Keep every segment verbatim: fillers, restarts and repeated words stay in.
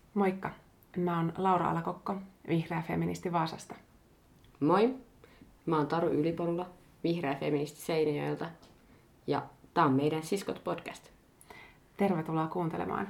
Moikka, mä oon Laura Alakokko, vihreä feministi Vaasasta. Moi, mä oon Taru Yliponula, vihreä feministi Seinäjoelta ja tää on meidän Siskot podcast. Tervetuloa kuuntelemaan.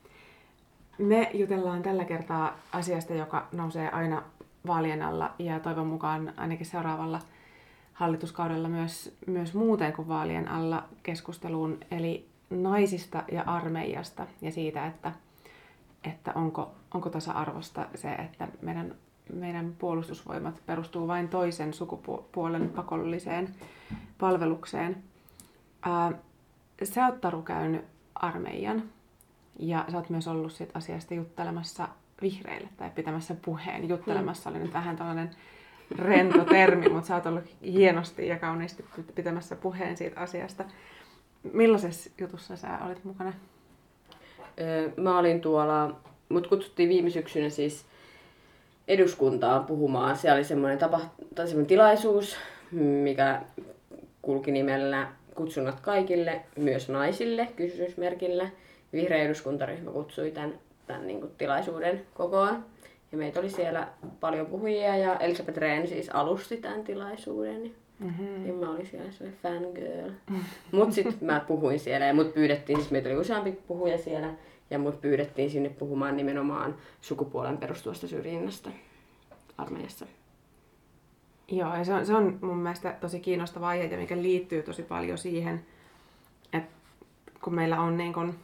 Me jutellaan tällä kertaa asiasta, joka nousee aina vaalien alla ja toivon mukaan ainakin seuraavalla hallituskaudella myös, myös muuten kuin vaalien alla keskusteluun, eli naisista ja armeijasta ja siitä, että, että onko, onko tasa-arvosta se, että meidän, meidän puolustusvoimat perustuu vain toisen sukupuolen pakolliseen palvelukseen. Ää, sä oot, Taru, käynyt armeijan ja sä oot myös ollut siitä asiasta juttelemassa vihreille tai pitämässä puheen. Juttelemassa oli nyt vähän tällainen rento termi, mutta sä oot ollut hienosti ja kauniisti pitämässä puheen siitä asiasta. Millaisessa jutussa sä olit mukana? Mä olin tuolla, mut kutsuttiin viime syksynä siis eduskuntaan puhumaan. Siellä oli semmoinen, tapa, tai semmoinen tilaisuus, mikä kulki nimellä Kutsunnat kaikille, myös naisille, kysymysmerkillä. Vihreä eduskuntaryhmä kutsui tämän, tämän niin kuin tilaisuuden kokoon. Ja meitä oli siellä paljon puhujia ja Elisabeth Rehn siis alusti tämän tilaisuuden. Mm-hmm. Ja mä olin siellä sellainen fangirl. Mm-hmm. Mut sit mä puhuin siellä ja mut pyydettiin, siis meitä oli useampi puhuja siellä. Ja mut pyydettiin sinne puhumaan nimenomaan sukupuolen perustuvasta syrjinnästä armeijassa. Joo, ja se on, se on mun mielestä tosi kiinnostava aihe, ja mikä liittyy tosi paljon siihen, että kun meillä on niin kun,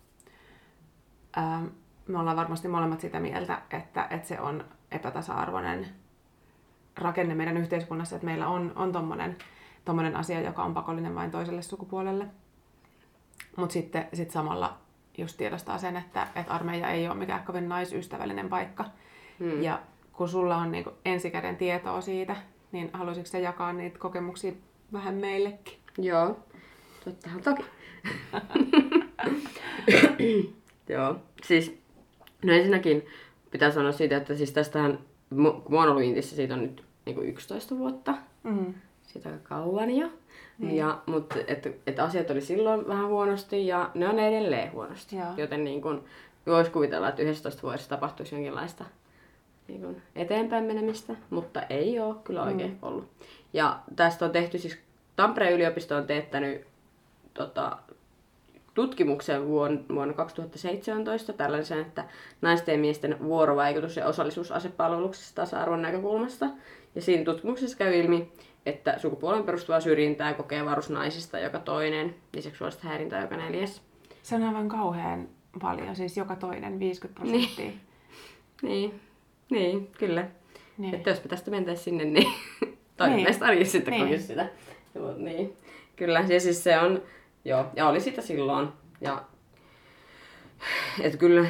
ää, me ollaan varmasti molemmat sitä mieltä, että, että se on epätasa-arvoinen rakenne meidän yhteiskunnassa, että meillä on, on tommonen, tommonen asia, joka on pakollinen vain toiselle sukupuolelle. Mutta sitten sit samalla just tiedostaa sen, että, että armeija ei ole mikään kovin naisystävällinen paikka. Hmm. Ja kun sulla on niinku ensikäden tietoa siitä, niin haluaisitko sä jakaa niitä kokemuksia vähän meillekin? Joo, tottahan toki. Joo, siis no ensinnäkin pitää sanoa siitä, että siis tästähän, kun mä oon ollut Intissä, siitä on nyt niinku yksitoista vuotta. Mm-hmm. Siitä aika kauan jo. Mm. Ja, mutta et, et asiat oli silloin vähän huonosti ja ne on edelleen huonosti. Joo. Joten niin kun, voisi kuvitella, että yksitoista vuodessa tapahtuisi jonkinlaista niin kun eteenpäin menemistä, mutta ei ole kyllä oikein mm. ollut. Ja tästä on tehty, siis Tampereen yliopisto on teettänyt tota, tutkimuksen vuonna kaksituhattaseitsemäntoista tällaisen, että naisten ja miesten vuorovaikutus ja osallisuus asepalveluksessa tasa-arvon näkökulmasta. Ja siinä tutkimuksessa käy ilmi, että sukupuolen perustuvaa syrjintää kokee varusnaisista joka toinen ja seksuaalista häirintää joka neljäs. Se on aivan kauhean paljon, siis joka toinen viisikymmentä prosenttia. Niin, niin, niin kyllä. Niin. Että jos tästä mentäisiin sinne, niin toinen meistä ainakin sitten niin. Kokisi sitä. Niin. Kyllä, ja siis se on, joo, ja oli sitä silloin. Ja, että kyllä,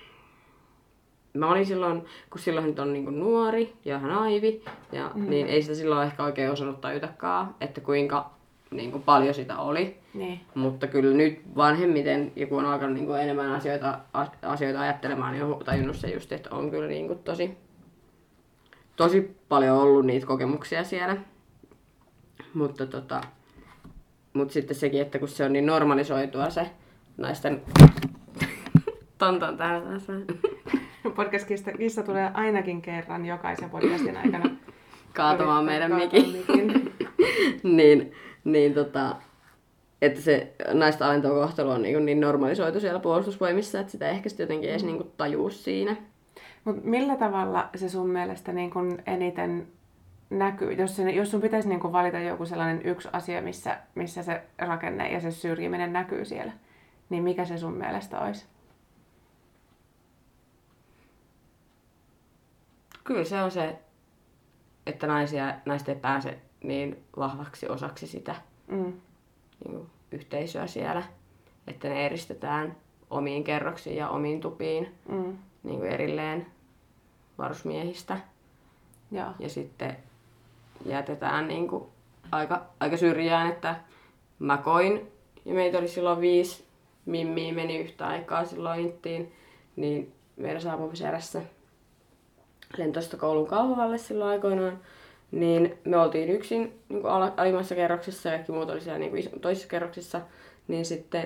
mä olin silloin, kun silloin nyt on niin nuori ja ihan naivi, ja, mm. niin ei sitä silloin ehkä oikein osannut tajutakaan, että kuinka niin kuin paljon sitä oli. Niin. Mutta kyllä nyt vanhemmiten, ja kun on alkanut niin kuin enemmän asioita, asioita ajattelemaan, niin on tajunnut se just, että on kyllä niin kuin tosi, tosi paljon ollut niitä kokemuksia siellä. Mutta tota, mut sitten sekin, että kun se on niin normalisoitua se naisten tonton täällä taas. Podcast-kissa kissa tulee ainakin kerran jokaisen podcastin aikana kaatamaan meidän mikin. niin, niin tota, että se naista alentava kohtelu on niin, niin normalisoitu siellä puolustusvoimissa, että sitä ehkä sitten jotenkin edes niin tajuu siinä. Mut millä tavalla se sun mielestä niin kun eniten näkyy? Jos, se, jos sun pitäisi niin kun valita joku sellainen yksi asia, missä, missä se rakenne ja se syrjiminen näkyy siellä, niin mikä se sun mielestä olisi? Kyllä se on se, että naisia, naiset ei pääse niin vahvaksi osaksi sitä mm. niin kuin yhteisöä siellä, että ne eristetään omiin kerroksiin ja omiin tupiin mm. niin kuin erilleen varusmiehistä. Ja, ja sitten jätetään niin kuin aika, aika syrjään, että mä koin, ja meitä oli silloin viisi mimmiä meni yhtä aikaa silloin Inttiin, niin meidän saapumiserässä lentostokoulun Kauhavalle silloin aikoinaan, niin me oltiin yksin niin kuin alimmassa kerroksessa ja kaikki muut oli siellä niin kuin toisissa kerroksissa, niin sitten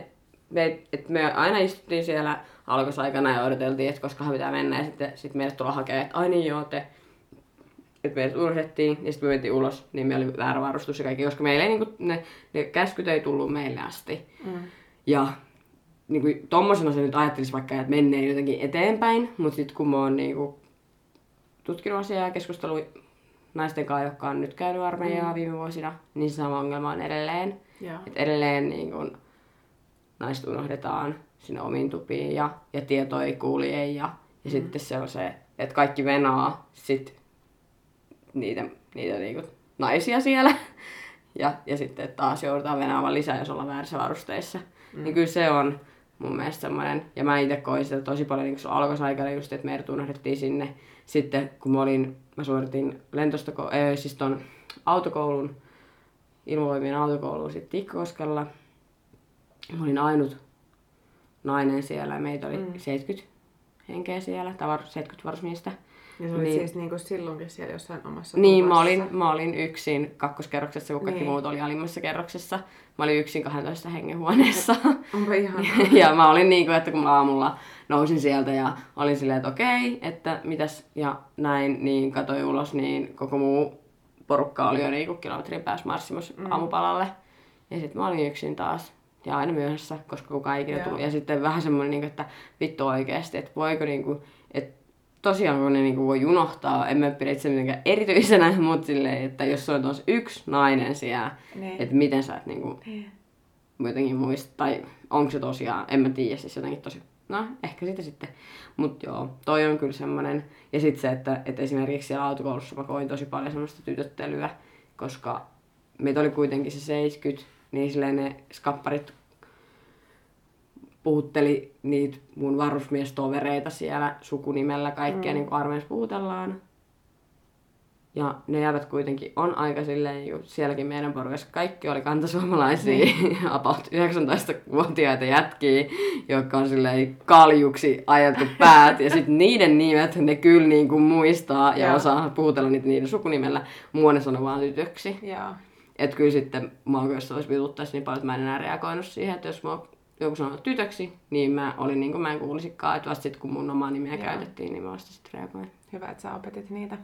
me, et me aina istuttiin siellä alkosaikana ja odoteltiin, että koska pitää mennä. Ja sitten sit meidät tulla hakemaan, että ai niin joo, te. Että meidät unohdettiin ja sitten me mentiin ulos, niin meillä oli väärä varustus ja kaikki, koska meillä ei, niinku, ne, ne käskyt ei tullut meille asti. Mm. Ja niinku, tommosena se nyt ajattelisi vaikka, että menee jotenkin eteenpäin, mutta sitten kun mä oon niinku, tutkinut asiaa ja keskustellut naisten kanssa, jotka on nyt käynyt armeijaa mm. viime vuosina, niin se sama ongelma on edelleen. Että edelleen niin kun, naiset unohdetaan sinne omiin tupiin ja, ja tieto ei kulje. Ja, ja mm. sitten se on se, että kaikki venaa sit niitä, niitä niin kun, naisia siellä. Ja, ja sitten taas joudutaan venaamaan lisää, jos ollaan väärissä varusteissa. Mm. Niin kyllä se on mun mielestä semmoinen, ja mä itse koin sitä tosi paljon niin alkosaikana just, että meidät unohdettiin sinne. Sitten kun mä olin, mä suoritin lentostoko, äh, siis ton autokoulun, ilmavoimien autokouluun sitten Tikkokoskella. Mä olin ainut nainen siellä ja meitä oli mm. seitsemänkymmentä henkeä siellä, tai seitsemänkymmentä varusmiestä. Ja sä olit niin, siis niinku silloinkin siellä jossain omassa Niin, mä olin, mä olin yksin kakkoskerroksessa, kun kaikki niin. muut oli alimmassa kerroksessa. Mä olin yksin kahdentoista hengen huoneessa. Onpa ihanaa. Ja mä olin niinku, että kun mä aamulla nousin sieltä ja olin silleen, että okei, että mitäs ja näin, niin katsoin ulos, niin koko muu porukka oli jo niinku kilometrin päässä marssimassa mm. aamupalalle. Ja sitten mä olin yksin taas. Ja aina myöhässä, koska kukaan ikinä tuli. Ja sitten vähän semmoinen, että vittu oikeesti, että voiko niinku, että tosiaan kun ne niinku voi unohtaa, en mä pidä itse mitenkään erityisenä, mutta silleen, että jos on tuossa yksi nainen siellä, ne. Että miten sä et niinku jotenkin muista, tai onko se tosiaan, en mä tiedä, siis jotenkin tosi, no ehkä sitä sitten. Mut joo, toi on kyllä semmonen. Ja sitten se, että, että esimerkiksi siellä autokoulussa mä koin tosi paljon semmoista tytöttelyä, koska meitä oli kuitenkin se seitsemänkymmentä, niin silleen ne skapparit puhutteli niitä mun varusmiestovereita siellä sukunimellä, kaikkea mm. niin kuin armeijassa puhutellaan. Ja ne jävät kuitenkin on aika silleen, sielläkin meidän porukassa kaikki oli kantasuomalaisia, mm. about yhdeksäntoistavuotiaita jätkiä, jotka on silleen kaljuksi ajeltu päät. Ja sitten niiden nimet ne kyllä niin kuin muistaa ja, ja osaa puhutella niitä niiden sukunimellä. Mua ne sanoi vaan tytöksi. Ja. Että kyllä sitten mua jos olisi vituttaisi niin paljon, että mä en enää reagoinut siihen, että jos mua joku sanoi tytöksi, niin mä olin niin kuin mä en kuulisikaan, että vasta sitten kun mun omaa nimeä Joo. käytettiin, niin mä vasta sitten reagoin. Hyvä, että sä opetit niitä.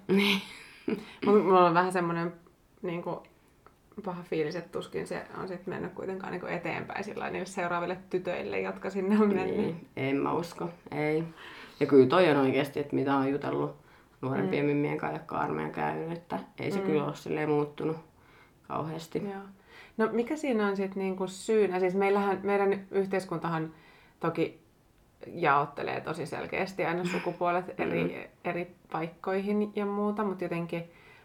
Mulla on vähän semmoinen niin kuin, paha fiilis, että tuskin se on sitten mennyt kuitenkaan niin kuin eteenpäin sillä niille seuraaville tytöille, jotka sinne on mennyt. Niin, en mä usko, ei. Ja kyllä toi on oikeasti, että mitä on jutellut nuorempien mm. mimmien kanssa, jotka on armeijan käynyt, että ei se mm. kyllä ole silleen muuttunut kauheasti. Joo. No mikä siinä on sitten niinku syynä? Siis meillähän, meidän yhteiskuntahan toki jaottelee tosi selkeästi aina sukupuolet eri, eri paikkoihin ja muuta, mutta jotenkin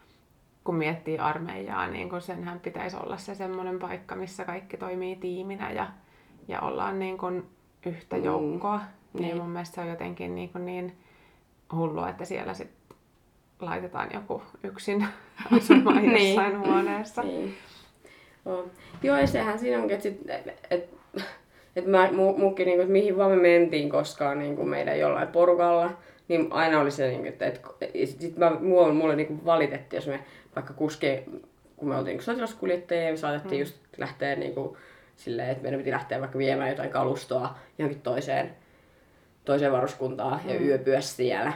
kun miettii armeijaa, niin kun senhän pitäisi olla se semmoinen paikka, missä kaikki toimii tiiminä ja, ja ollaan niin kun yhtä joukkoa. Mm. Niin mun mielestä se on jotenkin niin, niin hullua, että siellä sit laitetaan joku yksin asumaan jossain niin. huoneessa. Niin. Oh. Joo, ja sehän siinä onkin, että, et, et, et mä, mukin, niin kuin, että mihin vaan me mentiin koskaan niin kuin meidän jollain porukalla, niin aina oli se, niin kuin, että, että sit mä, mulle, mulle niin kuin valitettiin, jos me vaikka kuskeen, kun me oltiin sotilaskuljettajia ja me saatettiin mm. just lähteä niin kuin, silleen, että meidän piti lähteä vaikka viemään jotain kalustoa johonkin toiseen, toiseen varuskuntaan mm. ja yöpyä siellä.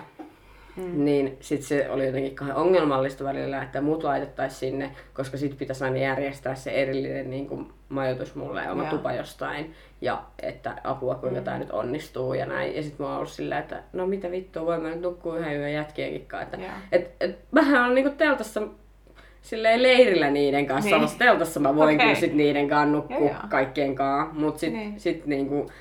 Mm. Niin sit se oli jotenkin kauhean ongelmallista välillä, että mut laitettaisiin sinne, koska sit pitäisi aina järjestää se erillinen niin kuin majoitus mulle ja oma yeah. tupa jostain. Ja että apua kuinka mm. tää nyt onnistuu ja näin. Ja sit mä oon ollut silleen, että no mitä vittua, voin mä nyt nukkua yhden yön jätkienkin kanssa. Että yeah. et, et, mähän on niinku teltassa silleen leirillä niiden kanssa. Niin. Samassa teltassa mä voin okay. kyllä sit niiden kanssa nukkua yeah. kaikkien kanssa. Mut sit, niin. sit niinku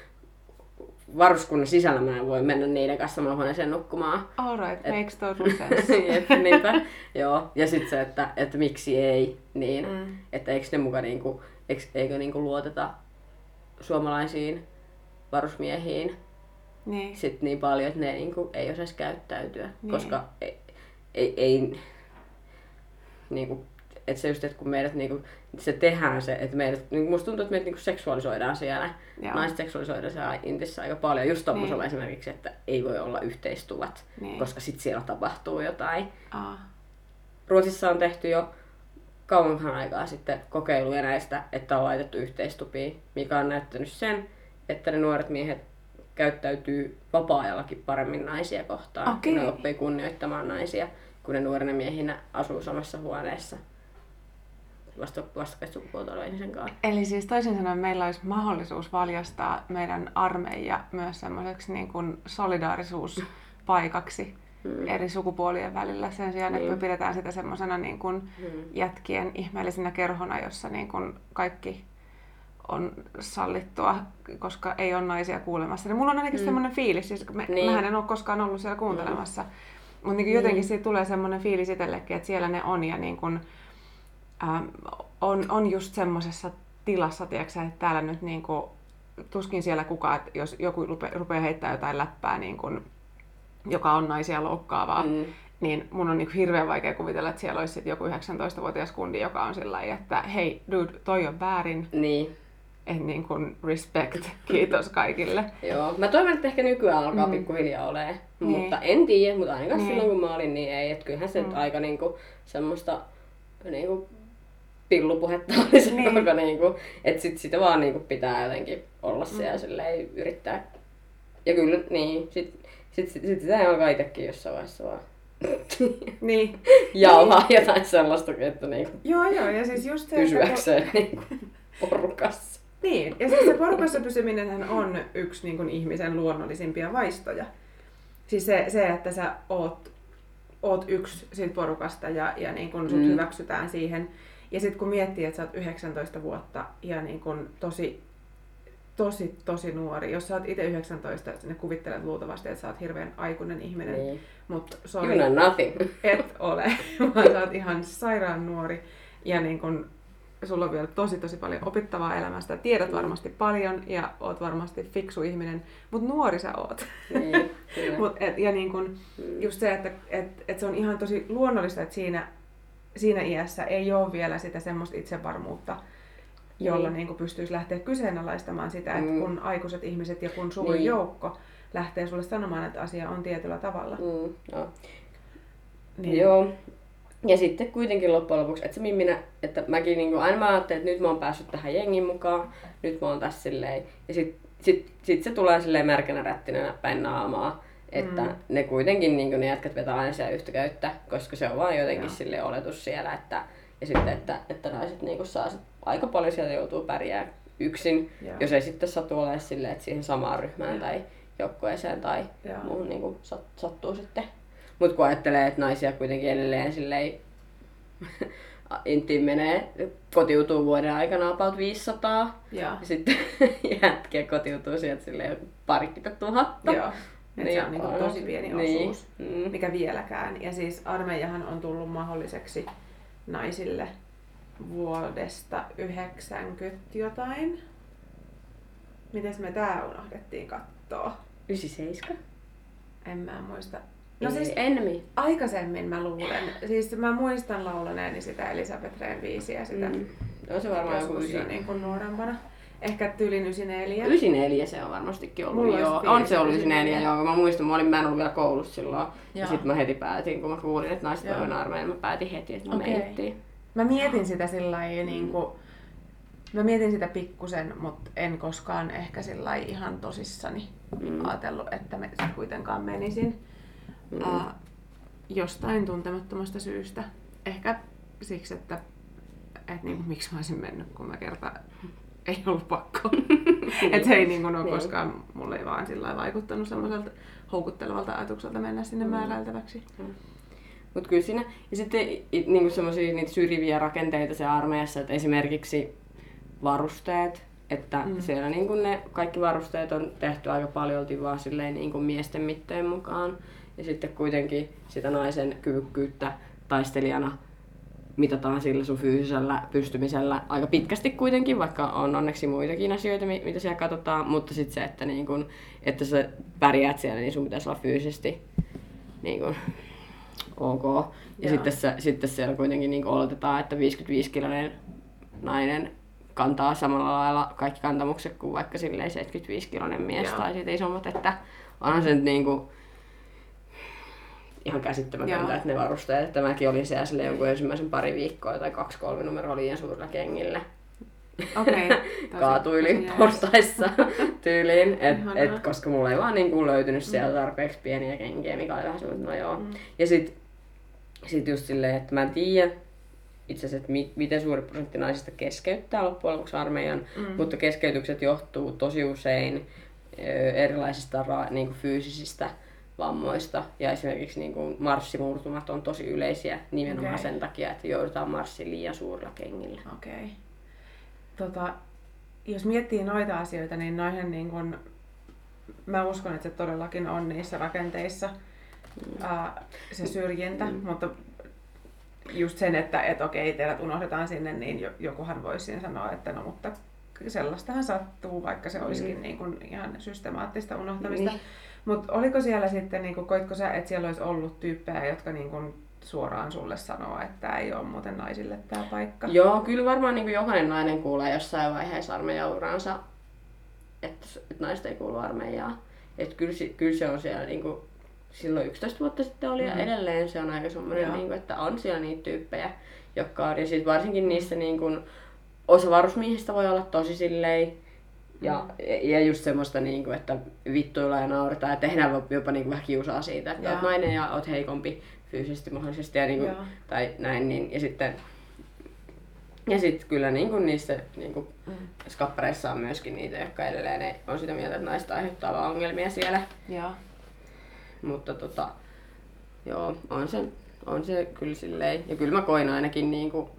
varuskunnan sisällä mä en voi mennä niiden kanssa samalla huoneeseen nukkumaan. Alright, et, makes total sense. Jep, niinpä. Joo. Ja sit se, että, että miksi ei, niin, mm. että eikö ne muka niinku, eikö, eikö niinku luoteta suomalaisiin varusmiehiin niin. sit niin paljon, että ne niinku ei osaisi käyttäytyä, niin. koska ei, ei, ei niinku, että se just, että kun meidät niinku, se tehdään se, että meidät, niin musta tuntuu, että meidät niinku seksuaalisoidaan siellä. Joo. Naiset seksuaalisoidaan siellä Intissä aika paljon. Just tommosella niin. esimerkiksi, että ei voi olla yhteistuvat, niin. koska sit siellä tapahtuu jotain. Aa. Ruotsissa on tehty jo kauanhan aikaa sitten kokeiluja näistä, että on laitettu yhteistupia, mikä on näyttänyt sen, että ne nuoret miehet käyttäytyy vapaa-ajallakin paremmin naisia kohtaan. Okei. Ne oppii kunnioittamaan naisia, kun ne nuorena miehinä asuu samassa huoneessa vastakkaista sukupuolta olevan ihmisen kanssa. Eli siis toisin sanoen meillä olisi mahdollisuus valjastaa meidän armeija myös semmoiseksi niin kuin solidaarisuuspaikaksi mm. eri sukupuolien välillä sen sijaan, että mm. me pidetään sitä semmoisena niin kuin mm. jätkien ihmeellisenä kerhona, jossa niin kuin kaikki on sallittua, koska ei ole naisia kuulemassa. Niin mulla on ainakin mm. semmoinen fiilis, siis me, niin. mähän en ole koskaan ollut siellä kuuntelemassa, mm. mutta niin jotenkin mm. siitä tulee semmoinen fiilis itsellekin, että siellä ne on ja niin kuin, ähm, on, on just semmoisessa tilassa, tiiäksä, että täällä nyt niin kuin, tuskin siellä kukaan, että jos joku rupe, rupeaa heittämään jotain läppää, niin kuin, joka on naisia loukkaavaa, mm. niin mun on niin hirveän vaikea kuvitella, että siellä olisi sit joku yhdeksäntoistavuotias kundi, joka on sillä lailla, että hei dude, toi on väärin. Niin. Et niin kuin respect, kiitos kaikille. Joo, mä toivon, että ehkä nykyään alkaa mm. pikkuhiljaa olemaan, niin. Mutta en tiedä, mutta ainakaan niin. silloin kun mä olin, niin ei. Että kyllähän se mm. aika niinku semmoista niinku pillupuhetta oli se niin. koko niinku, että sit sitä vaan niinku pitää jotenkin olla siellä mm. silleen yrittää. Ja kyllä, niin, sit, sit, sit, sit sitä alkaa itsekin jossain vaiheessa vaan niin. jauhaa niin. jotain sellaista, että niinku joo, joo, ja siis just se, pysyäkseen että niinku porukassa. Niin, ja siis se porukassa pysyminenhän on yksi niin kuin ihmisen luonnollisimpia vaistoja. Siis se, se että sä oot, oot yksi siitä porukasta ja, ja niin kuin sut mm. hyväksytään siihen. Ja sitten kun miettii, että sä oot yhdeksäntoista vuotta ja niin kuin tosi, tosi, tosi nuori. Jos sä oot itse yhdeksäntoista, ne kuvittelet luultavasti, että sä oot hirveän aikuinen ihminen. Niin. Mut sorry, you know nothing. Et ole, vaan sä oot ihan sairaan nuori. Ja niin kuin sulla on vielä tosi tosi paljon opittavaa elämästä. Tiedät varmasti paljon ja oot varmasti fiksu ihminen, mutta nuori sä oot. Niin, Mut et, ja niin kun, just se, että et, et se on ihan tosi luonnollista, että siinä, siinä iässä ei ole vielä sitä semmoista itsevarmuutta, jolla niin. Niin pystyisi lähteä kyseenalaistamaan sitä, että mm. kun aikuiset ihmiset ja kun suuri niin. joukko lähtee sulle sanomaan, että asia on tietyllä tavalla. Mm, no. niin. Joo. Ja sitten kuitenkin loppujen lopuksi, että se minä, että mäkin niin aina mä ajattelin, että nyt mä oon päässyt tähän jengin mukaan, nyt mä oon tässä silleen, ja sit, sit, sit se tulee silleen märkänä rättinänä päin naamaa, että mm. ne kuitenkin niin ne jätkät vetää aina siellä yhtä käyttä, koska se on vaan jotenkin silleen oletus siellä, että, ja sitten, että, että naiset niin saa sit, aika paljon sieltä joutuu pärjää yksin, ja. Jos ei sitten satu olemaan silleen, että siihen samaan ryhmään ja. Tai joukkueeseen tai ja. Muuhun niin sat, sattuu sitten. Mut kun ajattelee, että naisia kuitenkin edelleen silleen intiin menee, kotiutuu vuoden aikana about viisisataa. Ja, ja sitten jätkiä kotiutuu sieltä silleen parikymmentä tuhatta. Joo. Niin, se on niin on tosi pieni niin. osuus, mm. mikä vieläkään. Ja siis armeijahan on tullut mahdolliseksi naisille vuodesta yhdeksänkymmentä jotain. Mites me tää unohdettiin kattoo? yhdeksänkymmentäseitsemän? En mä muista. No siis ennemmin. Aikaisemmin mä luulen. Siis mä muistan laulaneeni sitä Elisabeth Rehn biisiä sitä. Mm. No se varmaan joku ysi. Niin kuin nuorempana. Ehkä tyylin yhdeksänkymmentäneljä. yhdeksänkymmentäneljä se on varmastikin ollut. Mulla joo. On se ollut yhdeksänkymmentäneljä, joo. Mä muistan, mä, olin, mä en ollut vielä koulussa silloin. Joo. Ja sit mä heti päätin, kun mä kuulin, että naiset voivat armeijan, mä päätin heti, että me okay. mentiin. Mä mietin sitä sillai, mm. niin kuin, mä mietin sitä pikkusen, mutta en koskaan ehkä sillai ihan tosissani mm. ajatellut, että me sit kuitenkaan menisin. Mm. Uh, jostain tuntemattomasta syystä. Ehkä siksi, että et niinku, miksi mä olisin mennyt, kun mä kerta ei ollut pakko. Et se ei niinku, ole koskaan, mulle ei vaan sillä vaikuttanut semmoiselta houkuttelevalta ajatukselta mennä sinne mm. määräiltäväksi. Mm. Mut kyllä siinä, ja sitten niinku semmosia niitä syrjiviä rakenteita se armeijassa, että esimerkiksi varusteet, että mm. siellä niinku ne kaikki varusteet on tehty aika paljolti vaan silleen niinku miesten mittojen mukaan. Ja sitten kuitenkin sitä naisen kyvykkyyttä taistelijana mitataan sillä sun fyysisellä pystymisellä aika pitkästi kuitenkin, vaikka on onneksi muitakin asioita, mitä siellä katsotaan, mutta sitten se, että, niin kun, että sä pärjäät siellä, niin sun pitäisi olla fyysisesti niin kun, ok. Ja sitten, se, sitten siellä kuitenkin niin oletetaan, että viisikymmentäviisi-kiloinen nainen kantaa samalla lailla kaikki kantamukset kuin vaikka seitsemänkymmentäviisi-kiloinen mies Joo. tai siitä isommat, että onhan se nyt niin kuin ihan käsittämätöntä, Joo. että ne varusteet, että mäkin olin siellä sille jonkun ensimmäisen pari viikkoa tai kaksi kolme numero liian suurilla kengillä. Okay, kaatui yli portaissa tyyliin, et, et, koska mulla ei vaan niinku löytynyt siellä tarpeeksi pieniä kenkiä, mikä oli vähän semmoinen, no joo. Mm. Ja sit, sit just silleen, että mä en tiedä itse asiassa, että mi- miten suuri prosentti naisista keskeyttää loppujen lopuksi armeijan, mm. mutta keskeytykset johtuu tosi usein ö, erilaisista ra- niinku fyysisistä vammoista ja esimerkiksi niinku marssimurtumat on tosi yleisiä nimenomaan okay. sen takia, että joudutaan marssiin liian suurilla kengillä. Okei. Okay. Tota, jos miettii noita asioita, niin noihin niin kun, mä uskon, että se todellakin on niissä rakenteissa mm. ää, se syrjintä, mm. mutta just sen, että et okei, teidät unohdetaan sinne, niin jokuhan voisi siinä sanoa, että no mutta sellaistahan sattuu, vaikka se olisikin mm. niin kun ihan systemaattista unohtamista. Mm. Mutta oliko siellä sitten, niin kun, koitko sä, että siellä olisi ollut tyyppejä, jotka niin kun suoraan sulle sanoo, että tämä ei ole muuten naisille tämä paikka? Joo, kyllä varmaan niin kuin jokainen nainen kuulee jossain vaiheessa armeijauransa, että, että naiset ei kuulu armeijaan. Että kyllä, kyllä se on siellä, niin kuin, silloin yksitoista vuotta sitten oli mm-hmm. ja edelleen se on aika semmoinen, niin kuin, että on siellä niitä tyyppejä, jotka on. Ja sit varsinkin niissä niin kuin, osa varusmiehistä voi olla tosi silleen, ja, mm. ja just semmoista, niin kuin, että vittuillaan ja nauretaan ja tehdään jopa niin kuin, vähän kiusaa siitä, että olet nainen ja olet heikompi fyysisesti mahdollisesti ja niin kuin, tai näin, niin, ja sitten ja sitten kyllä niin kuin niissä niin kuin mm. skappareissa on myöskin niitä, jotka edelleen ei, on sitä mieltä, että naiset aiheuttaa vaan ongelmia siellä. Ja. Mutta tota, joo, on se, on se kyllä silleen, ja kyllä mä koin ainakin niin kuin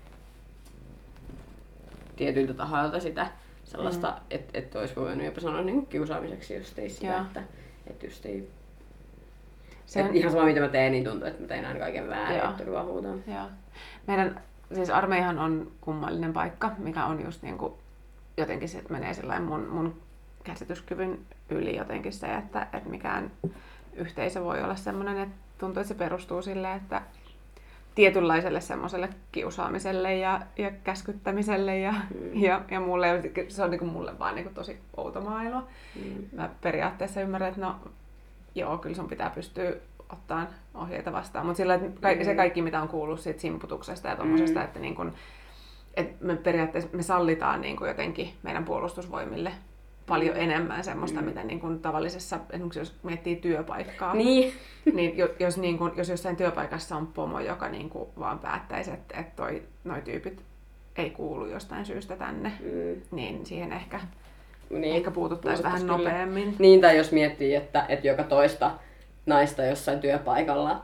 tietyiltä tahoilta sitä sellaista, mm. että et olisi voinut jopa sanoa niin kuin kiusaamiseksi just ei sitä, ja. että et just ei Se on... Ihan sama mitä mä teen, niin tuntuu, että mä tein aina kaiken väärin, että tuli vaan huutaa. Meidän, siis armeijahan on kummallinen paikka, mikä on just niinku, jotenkin se, että menee sellainen mun, mun käsityskyvyn yli jotenkin se, että, että mikään yhteisö voi olla semmoinen, että tuntuu, että se perustuu sille, että tietynlaiselle semmoiselle kiusaamiselle ja, ja käskyttämiselle ja, mm. ja, ja mulle, se on niinku mulle vaan niinku tosi outo maailma. Mm. Mä periaatteessa ymmärrän, että no joo, kyllä sun pitää pystyä ottaa ohjeita vastaan, mutta sillä kaikki, se kaikki mitä on kuullut siitä simputuksesta ja tommosesta, mm. että niin kun, et me periaatteessa me sallitaan niin kun jotenkin meidän puolustusvoimille paljon mm. enemmän semmoista, mm. mitä niin kun tavallisessa, esimerkiksi jos miettii työpaikkaa, niin, niin jos, niin kun, jos jossain työpaikassa on pomo, joka niin kun vaan päättäisi, että, että toi, noi tyypit ei kuulu jostain syystä tänne, mm. niin siihen ehkä Niin, ehkä puututtaisiin vähän nopeammin. Kyllä. Niin, tai jos miettii, että, että joka toista naista jossain työpaikalla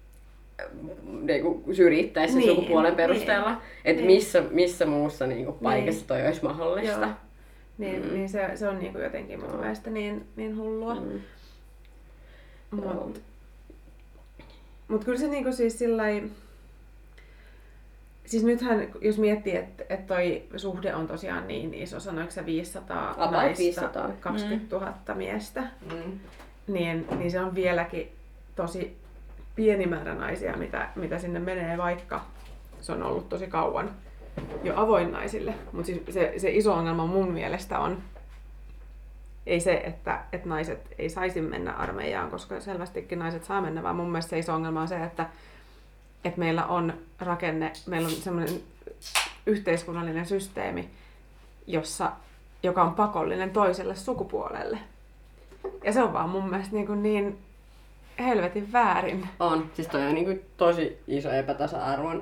niin syrjittäisi niin, sukupuolen perusteella, niin, että niin. missä, missä muussa niin kuin, paikassa niin. toi olisi mahdollista. Joo. Niin, mm. niin se, se on niin kuin jotenkin mun mielestä niin, niin hullua. Mm. Mutta mut kyllä se niin kuin siis sillai... Siis nythän, jos miettii, että, että toi suhde on tosiaan niin iso, sanoiko se viisisataa About naista, viisisataa. kaksikymmentätuhatta mm. miestä, mm. niin, niin se on vieläkin tosi pieni määrä naisia, mitä, mitä sinne menee, vaikka se on ollut tosi kauan jo avoin naisille. Mutta siis se, se iso ongelma mun mielestä on ei se, että, että naiset ei saisi mennä armeijaan, koska selvästikin naiset saa mennä, vaan mun mielestä se iso ongelma on se, että että meillä on rakenne, meillä on semmoinen yhteiskunnallinen systeemi, jossa, joka on pakollinen toiselle sukupuolelle. Ja se on vaan mun mielestä niin, kuin niin helvetin väärin. On. Siis toi on niin kuin tosi iso epätasa-arvon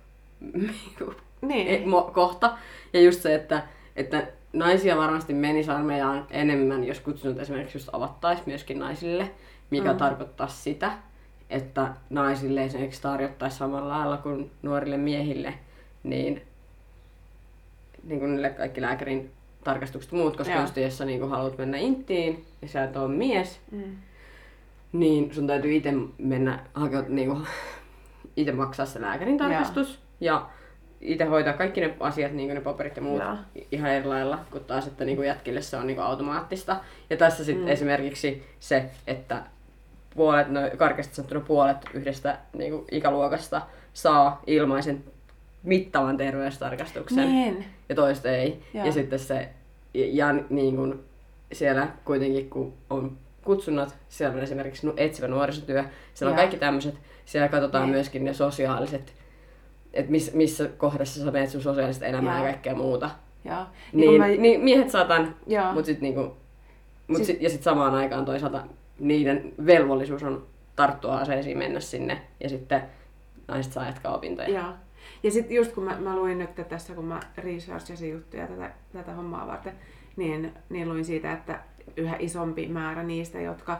niin. kohta. Ja just se, että, että naisia varmasti menisi armeijaan enemmän, jos kutsunut esimerkiksi just avattaisiin myöskin naisille, mikä mm. tarkoittaa sitä, että naisille esimerkiksi tarjottaisiin samalla lailla kuin nuorille miehille, niin, niin kuin niille kaikki lääkärin tarkastukset ja muut, koska Joo. just jos sä niin haluat mennä inttiin ja sä et ole mies, mm. niin sun täytyy itse mennä hakeut, niin kuin, itse maksaa se lääkärin tarkastus Joo. ja itse hoitaa kaikki ne asiat, niin kuin ne paperit ja muut Joo. ihan eri lailla, kun taas, että niin kuin jätkille se on niin kuin automaattista. Ja tässä sitten mm. esimerkiksi se, että puolet, no karkeasti sanottuna puolet yhdestä niin kuin ikäluokasta saa ilmaisen mittavan terveystarkastuksen niin. ja toista ei. Joo. Ja sitten se, ja, ja niin kuin siellä kuitenkin kun on kutsunnat, siellä on esimerkiksi etsivä nuorisotyö, siellä on kaikki tämmöiset, siellä katsotaan niin. myöskin ne sosiaaliset, että miss, missä kohdassa sä menet sun sosiaalista elämää Joo. ja kaikkea muuta. Joo. Niin, mä... niin miehet satan, Joo. mut sit niinku, mut Siis... sit, ja sitten samaan aikaan toisaalta niiden velvollisuus on tarttua aseisiin, mennä sinne ja sitten naiset saa jatkaa opintoja. Joo. Ja sitten just kun mä, mä luin nyt tässä, kun mä researchasin juttuja tätä, tätä hommaa varten, niin, niin luin siitä, että yhä isompi määrä niistä, jotka,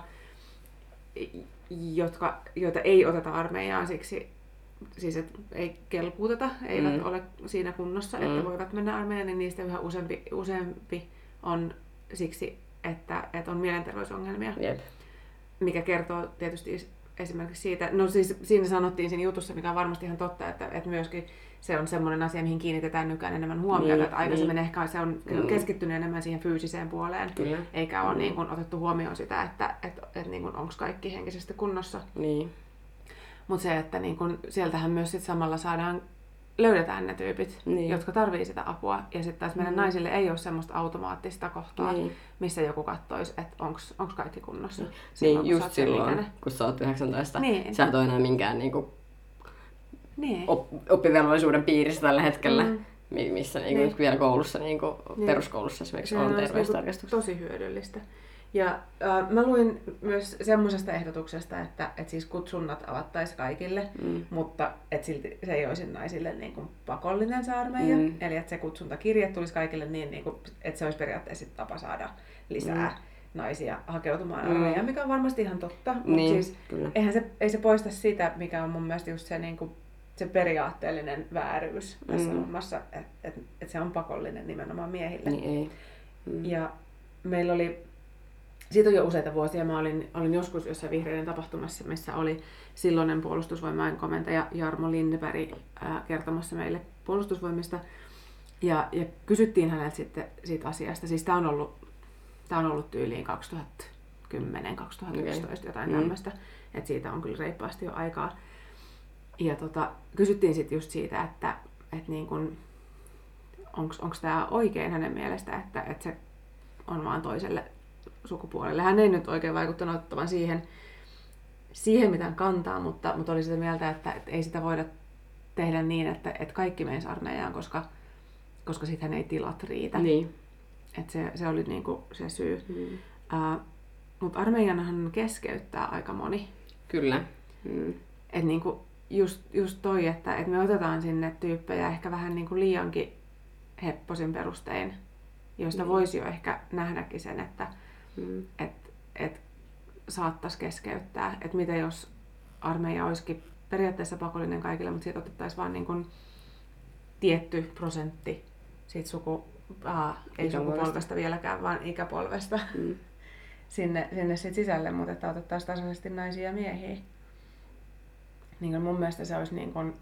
jotka, joita ei oteta armeijaan siksi, siis että ei kelpuuteta, eivät mm. ole siinä kunnossa, että mm. voivat mennä armeijaan, niin niistä yhä useampi, useampi on siksi, että, että on mielenterveysongelmia. Jep. Mikä kertoo tietysti esimerkiksi siitä, no siis siinä sanottiin siinä jutussa, mikä on varmasti ihan totta, että, että myöskin se on semmoinen asia, mihin kiinnitetään nykyään enemmän huomiota, niin, että aikaisemmin niin. ehkä se on mm. keskittynyt enemmän siihen fyysiseen puoleen, Kyllä. eikä ole mm. niin kuin, otettu huomioon sitä, että et, et, niin onko kaikki henkisesti kunnossa. Niin. Mutta se, että niin kuin, sieltähän myös sit samalla saadaan, löydetään ne tyypit, niin. jotka tarvii sitä apua, ja sitten taas meidän mm. naisille ei ole semmoista automaattista kohtaa, niin. missä joku katsoisi, että onko kaikki kunnossa. Niin, silloin, niin just silloin, ikäinen. Kun sä oot yhdeksäntoista, niin. sä et ole enää minkään niinku, niin. op, oppivelvollisuuden piirissä tällä hetkellä, mm. missä niinku, niin. vielä koulussa, niinku, niin. peruskoulussa esimerkiksi on terveystarkastukset. Tosi hyödyllistä. Ja äh, mä luin myös semmoisesta ehdotuksesta, että et siis kutsunnat avattaisiin kaikille, mm. mutta et silti se ei olisi naisille niin kuin pakollinen se armeija. Mm. Eli että se kutsuntakirje tulisi kaikille niin, niin kuin, että se olisi periaatteessa tapa saada lisää mm. naisia hakeutumaan mm. armeijaan, mikä on varmasti ihan totta. Mutta niin, siis eihän se, ei se poista sitä, mikä on mun mielestä just se, niin kuin, se periaatteellinen vääryys tässä mm. hommassa, että et, et se on pakollinen nimenomaan miehille. Niin ei. Mm. Ja meillä oli siitä on jo useita vuosia. Mä olin, olin joskus jossain vihreiden tapahtumassa, missä oli silloinen puolustusvoimain komentaja Jarmo Linneberg ää, kertomassa meille puolustusvoimista. Ja, ja kysyttiin häneltä sitten siitä asiasta. Siis tää on ollut, tää on ollut tyyliin kaksituhattakymmenen kaksituhattayksitoista okay. jotain mm. tämmöistä. Että siitä on kyllä reippaasti jo aikaa. Ja tota, kysyttiin sitten just siitä, että et niin kun, onks, onks tää oikein hänen mielestä, että et se on vaan toiselle sukupuolelle. Hän ei nyt oikein vaikuttanut ottavan siihen, siihen mitään kantaa, mutta, mutta oli sitä mieltä, että, että ei sitä voida tehdä niin, että, että kaikki menis armeijaan, koska, koska sitten ei tilat riitä. Niin. Että se, se oli niinku se syy. Mm. Uh, mutta armeijanahan keskeyttää aika moni. Kyllä. Mm. Että niinku just, just toi, että, että me otetaan sinne tyyppejä ehkä vähän niinku liiankin hepposin perustein, joista mm. voisi jo ehkä nähdäkin sen, että Mm. että et saattaisi keskeyttää. Että mitä jos armeija olisikin periaatteessa pakollinen kaikille, mutta siitä otettaisiin vain niin kuin tietty prosentti siitä suku, aa, ei sukupolvesta vieläkään, vaan ikäpolvesta mm. sinne, sinne sit sisälle, mutta että otettaisiin tasaisesti naisia ja miehiä. Niin mun mielestä se olisi niin kuin,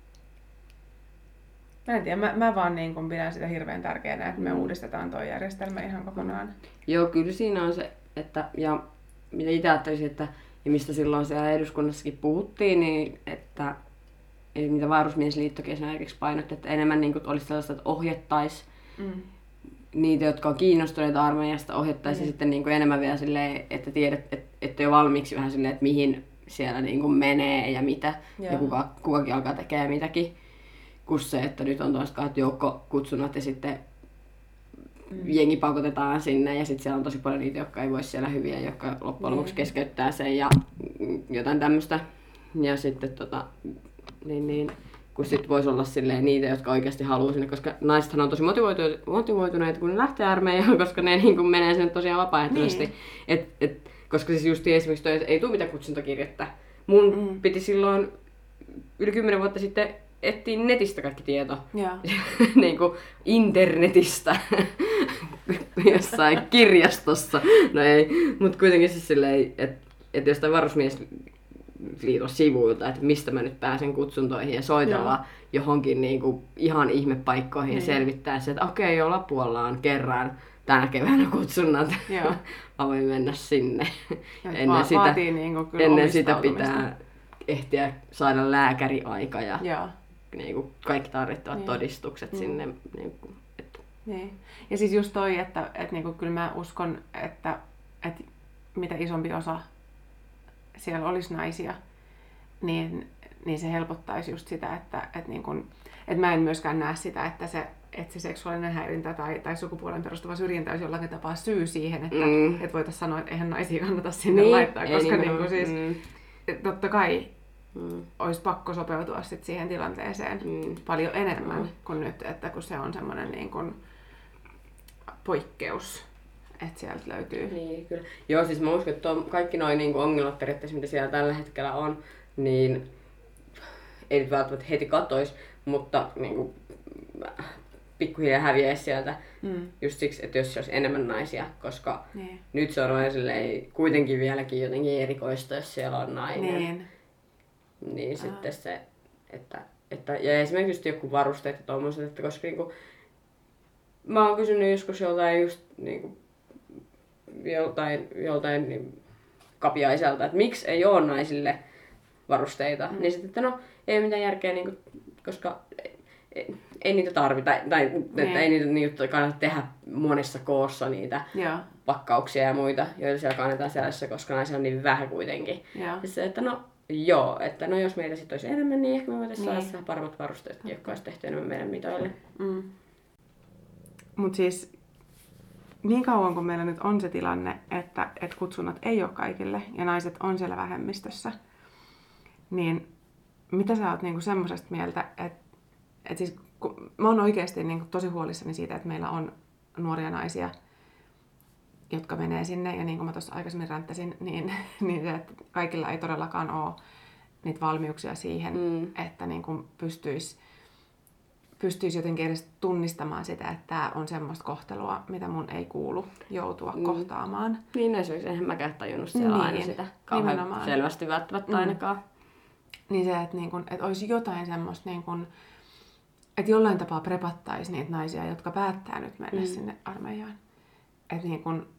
mä en tiedä, mä, mä vaan niin kun pidän sitä hirveän tärkeänä, että me mm. uudistetaan tuo järjestelmä ihan kokonaan. Joo, kyllä siinä on se, että, ja mitä itse ajattelisin, että, ja mistä silloin siellä eduskunnassakin puhuttiin, niin että, ja mitä Varusmiesliittokin esimerkiksi painotti, että enemmän niin kuin olisi sellaista, että ohjattaisiin mm. niitä, jotka on kiinnostuneita armeijasta, ohjattaisiin mm. sitten niin kuin enemmän vielä silleen, että tiedät, että, että jo valmiiksi vähän silleen, että mihin siellä niin kuin menee ja mitä, Joo. ja kuka, kukakin alkaa tekemään mitäkin. Kuin se, että nyt on tuosta kahdet joukkokutsunnat ja sitten mm. jengi pakotetaan sinne ja sitten siellä on tosi paljon niitä, jotka ei voi siellä hyviä, jotka loppujen lopuksi keskeyttää sen ja jotain tämmöistä. Ja sitten tota, niin, niin, kun sitten voisi olla silleen niitä, jotka oikeasti haluaa sinne, koska naisethan on tosi motivoituneita, kun ne lähtee armeijaan, koska ne niin kuin menee sinne tosiaan vapaaehtoisesti. Niin. Et, et, koska siis just esimerkiksi toi, ei tule mitään kutsuntakirjettä. Mun mm. piti silloin yli kymmenen vuotta sitten ettiin netistä kaikki tieto. niin kuin internetistä. Jossain kirjastossa. No ei, mutta kuitenkin siis silleen, että et jostain Varusmiesliiton sivuilta, että mistä mä nyt pääsen kutsuntoihin ja soitella Joo. johonkin niin kuin ihan ihmepaikkoihin ja selvittää se, että okei, okay, jo Lapualla on kerran tänä keväänä kutsunnat. Mä voin mennä sinne. Ennen sitä, niin ennen sitä pitää ehtiä saada lääkäriaika ja Joo. Niin kuin kaikki tarvittavat niin. todistukset mm. sinne. Niin kuin, että... niin. Ja siis just toi, että, että niin kuin, kyllä mä uskon, että, että mitä isompi osa siellä olisi naisia, niin, niin se helpottaisi just sitä, että, että, niin kuin, että mä en myöskään näe sitä, että se että se seksuaalinen häirintä tai, tai sukupuolen perustuva syrjintä olisi jollakin tapaa syy siihen, että mm. et voitaisiin sanoa, että eihän naisia kannata sinne niin, laittaa, koska niin kuin siis, mm. totta kai mm. olisi pakko sopeutua sit siihen tilanteeseen mm. paljon enemmän mm. kuin nyt, että kun se on semmoinen niin kuin poikkeus, että sieltä löytyy. Niin, kyllä. Joo, siis mä uskon, että kaikki nuo niin ongelmat periaatteessa, mitä siellä tällä hetkellä on, niin ei nyt välttämättä heti katoisi, mutta niin kuin, pikkuhiljaa häviäisi sieltä mm. just siksi, että jos olisi enemmän naisia, koska niin. nyt se on kuitenkin vieläkin jotenkin erikoista, jos siellä on nainen. Niin, niin ah. sitten se, että, että ja esimerkiksi joku varusteet ja tommoset, että koska niinku, mä oon kysynyt joskus joltain just niinku, joltain, joltain niin, kapiaiselta, että miksi ei ole naisille varusteita, mm. niin sitten, että no ei mitään järkeä, niinku, koska ei, ei niitä tarvita, tai että ei niitä, niitä kannata tehdä monessa koossa niitä ja. pakkauksia ja muita, joita siellä kannetaan selässä, koska naisia on niin vähän kuitenkin. Ja se, että no joo, että no jos meitä sitten olisi enemmän, niin ehkä me voitaisiin niin. saada paremmat varusteet, jotka olisi tehty enemmän meidän mitoille. Mm. Mut siis niin kauan kun meillä nyt on se tilanne, että, että kutsunnat ei ole kaikille ja naiset on siellä vähemmistössä, niin mitä sä oot niinku semmosesta mieltä, että et siis, mä oon oikeasti niinku tosi huolissani siitä, että meillä on nuoria naisia, jotka menee sinne, ja niin kuin mä tuossa aikaisemmin ränttäsin, niin, niin se, että kaikilla ei todellakaan ole niitä valmiuksia siihen, mm. että niin kuin pystyisi pystyis jotenkin edes tunnistamaan sitä, että tämä on semmoista kohtelua, mitä mun ei kuulu joutua mm. kohtaamaan. Niin, esimerkiksi eihän mäkään tajunnut siellä niin, aina sitä kauhean nimenomaan. Selvästi välttämättä mm. ainakaan. Niin se, että, niin kun, että olisi jotain semmoista, niin kun, että jollain tapaa prepattaisi niitä naisia, jotka päättää nyt mennä mm. sinne armeijaan. Että niin kun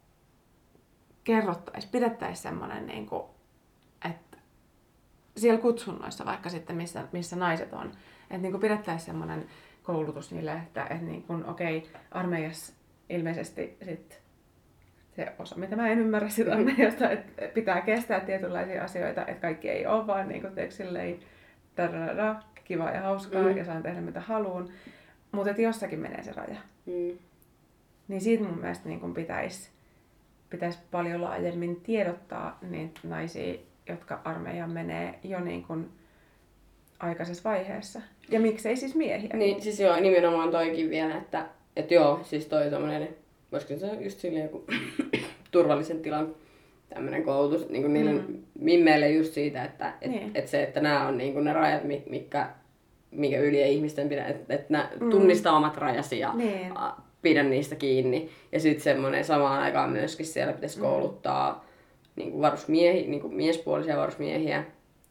kerrottaisiin, pidettäisiin semmoinen, niin kun, että siellä kutsunnoissa vaikka sitten, missä, missä naiset on, että niin kun pidettäisiin semmoinen koulutus niille, että, että niin kun, okei, armeijassa ilmeisesti sit se osa, mitä mä en ymmärrä sitä armeijasta, että pitää kestää tietynlaisia asioita, että kaikki ei ole vaan niin kuin teeksi silleen tarara, kivaa ja hauskaa mm. ja saan tehdä mitä haluun, mutta että jossakin menee se raja. Mm. Niin siitä mun mielestä niin kuin pitäisi pitäis paljon laajemmin tiedottaa niitä naisia, jotka armeijaan menee jo niin kuin aikaisessa vaiheessa. Ja miksei siis miehiä? Niin, siis joo, nimenomaan toikin vielä, että, että joo, siis toi tommonen, voisiko se just silleen joku turvallisen tilan tämmönen koulutus niin kuin niille mm. mimmeille just siitä, että et, niin. et se, että nämä on niin kuin ne rajat, mitkä, mikä yli ei ihmisten pidä, että et nää mm. tunnistaa omat rajasi ja niin. pidä niistä kiinni. Ja sitten semmoinen samaan aikaan myöskin siellä pitäisi mm. kouluttaa niin kuin varusmiehiä, niin kuin miespuolisia varusmiehiä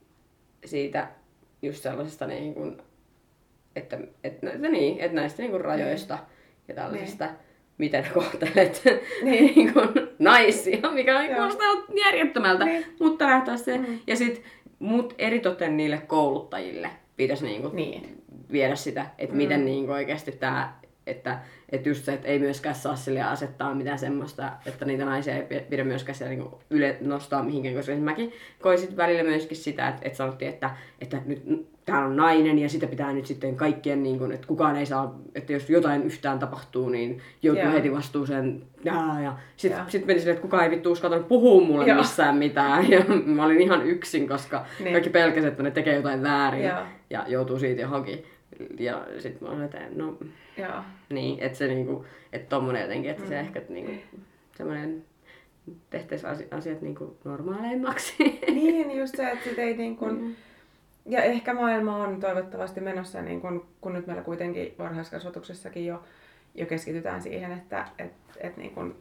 siitä just sellaisesta niin kuin, että, että, että, niin, että näistä niin kuin rajoista mm. ja tällaisesta. Niin. Miten kohtelet niin. niin kuin naisia, mikä kuulostaa järjettömältä, niin. mutta lähtee se. Mm. Ja sit mut eritoten niille kouluttajille pitäisi niinku niin. viedä sitä, että mm. miten niinku oikeasti tää, että että just se, että ei myöskään saa sille asettaa mitään semmoista, että niitä naisia ei pidä myöskään siellä niinku yle nostaa mihinkään, koska mäkin koin sit välillä myöskin sitä, että, että sanottiin, että, että nyt täällä on nainen ja sitä pitää nyt sitten kaikkien, niin kuin, että kukaan ei saa, että jos jotain yhtään tapahtuu, niin joutuu yeah. heti vastuuseen. Ja, ja sitten yeah. sit meni silleen, että kukaan ei vittu uskaltanut puhua mulle yeah. missään mitään. Ja mä olin ihan yksin, koska niin. kaikki pelkäsivät, että ne tekee jotain väärin yeah. ja joutuu siitä johonkin. Ja sitten mä olin, että no, yeah. niin, että se niinku, että tommonen jotenkin, että mm. se ehkä niinku, semmoinen tehtäisiin asiat niinku normaaleimmaksi. Niin, just se, että sit ei niinku, mm. ja ehkä maailma on toivottavasti menossa, niin kun, kun nyt meillä kuitenkin varhaiskasvatuksessakin jo, jo keskitytään siihen, että et, et niin kun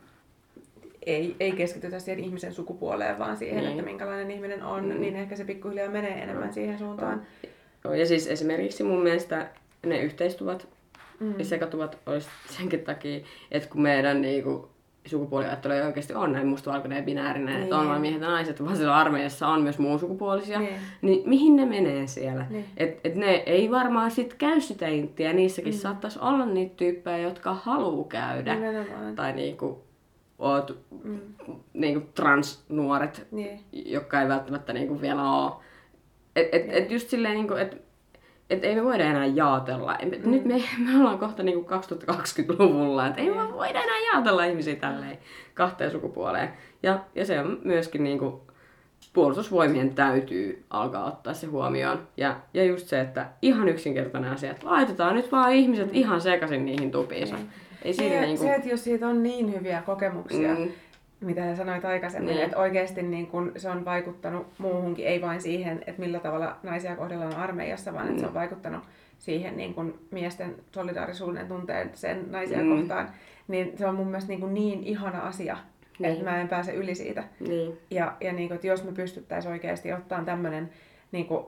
ei, ei keskitytä siihen ihmisen sukupuoleen, vaan siihen, niin. että minkälainen ihminen on, mm. niin ehkä se pikkuhiljaa menee enemmän mm. siihen suuntaan. Joo, ja siis esimerkiksi mun mielestä ne yhteistuvat mm. ja sekatuvat olisi senkin takia, että kun meidän niinku, sukupuoliajattelu ei oikeasti ole näin mustavalkoinen ja binäärinen, niin. että on vain miehet ja naiset, vaan siellä armeijassa on myös muun sukupuolisia, niin. niin mihin ne menee siellä? Niin. Et, et ne ei varmaan sit käy sitä inttiä, niissäkin mm. saattaisi olla niitä tyyppejä, jotka haluaa käydä. Nimenomaan. Tai niinku, oot, mm. niinku transnuoret, niin. jotka ei välttämättä niinku vielä ole. Et, et, niin. et just silleen, niinku, että että ei me voida enää jaotella. Mm. Nyt me, me ollaan kohta niinku kaksituhattakaksikymmentäluvulla, että ei me voida enää jaotella ihmisiä tälleen kahteen sukupuoleen. Ja, ja se on myöskin niinku, puolustusvoimien täytyy alkaa ottaa se huomioon. Ja, ja just se, että ihan yksinkertainen asia, että laitetaan nyt vaan ihmiset ihan sekaisin niihin tupiinsa. Mm. Ei se, siinä niinku... se, että jos siitä on niin hyviä kokemuksia, mm. mitä sä sanoit aikaisemmin, mm. että oikeasti niin kun se on vaikuttanut muuhunkin, ei vain siihen, että millä tavalla naisia kohdellaan armeijassa, vaan mm. että se on vaikuttanut siihen niin kun miesten solidaarisuuden tunteen sen naisia mm. kohtaan, niin se on mun mielestä niin, niin ihana asia, niin. että mä en pääse yli siitä. Niin. Ja, ja niin kun, että jos me pystyttäisiin oikeasti ottaa tämmöinen niin kun,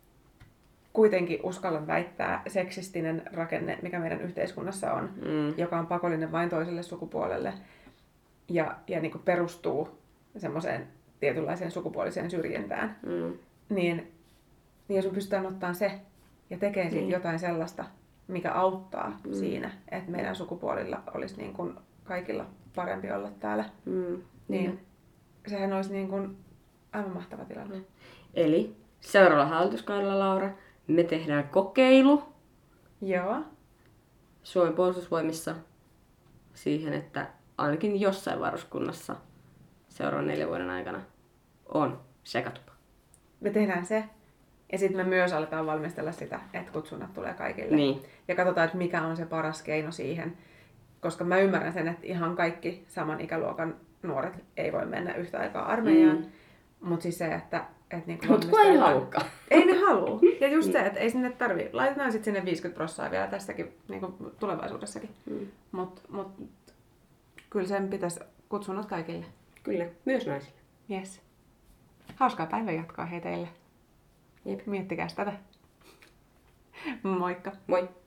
kuitenkin uskallan väittää seksistinen rakenne, mikä meidän yhteiskunnassa on, mm. joka on pakollinen vain toiselle sukupuolelle ja, ja niin kuin perustuu semmoiseen tietynlaiseen sukupuoliseen syrjintään, mm. niin, niin jos me pystytään ottaa se ja tekemään siitä mm. jotain sellaista, mikä auttaa mm. siinä, että meidän sukupuolilla olisi niin kuin kaikilla parempi olla täällä, mm. niin mm. sehän olisi niin kuin aivan mahtava tilanne. Mm. Eli seuraavalla hallituskaudella, Laura, me tehdään kokeilu. Joo. Suomen puolustusvoimissa siihen, että ainakin jossain varuskunnassa seuraavan neljän vuoden aikana on sekatupa. Me tehdään se. Ja sitten me myös aletaan valmistella sitä, että kutsunnat tulee kaikille. Niin. Ja katsotaan, että mikä on se paras keino siihen. Koska mä ymmärrän sen, että ihan kaikki saman ikäluokan nuoret ei voi mennä yhtä aikaa armeijaan. Mm. Mutta siis se, että Niin Mutta kun ei halukkaan. Ei ne halua. Ja just se, että ei sinne tarvii. Laitetaan sitten sinne viisikymmentä prosenttia vielä tässäkin niin kuin tulevaisuudessakin. Mm. Mutta mut, kyllä sen pitäisi kutsunnat kaikille. Kyllä, myös naisille. Yes. Hauskaa päivän jatkoa hei teille. Jep. Miettikää tätä. Moikka. Moi.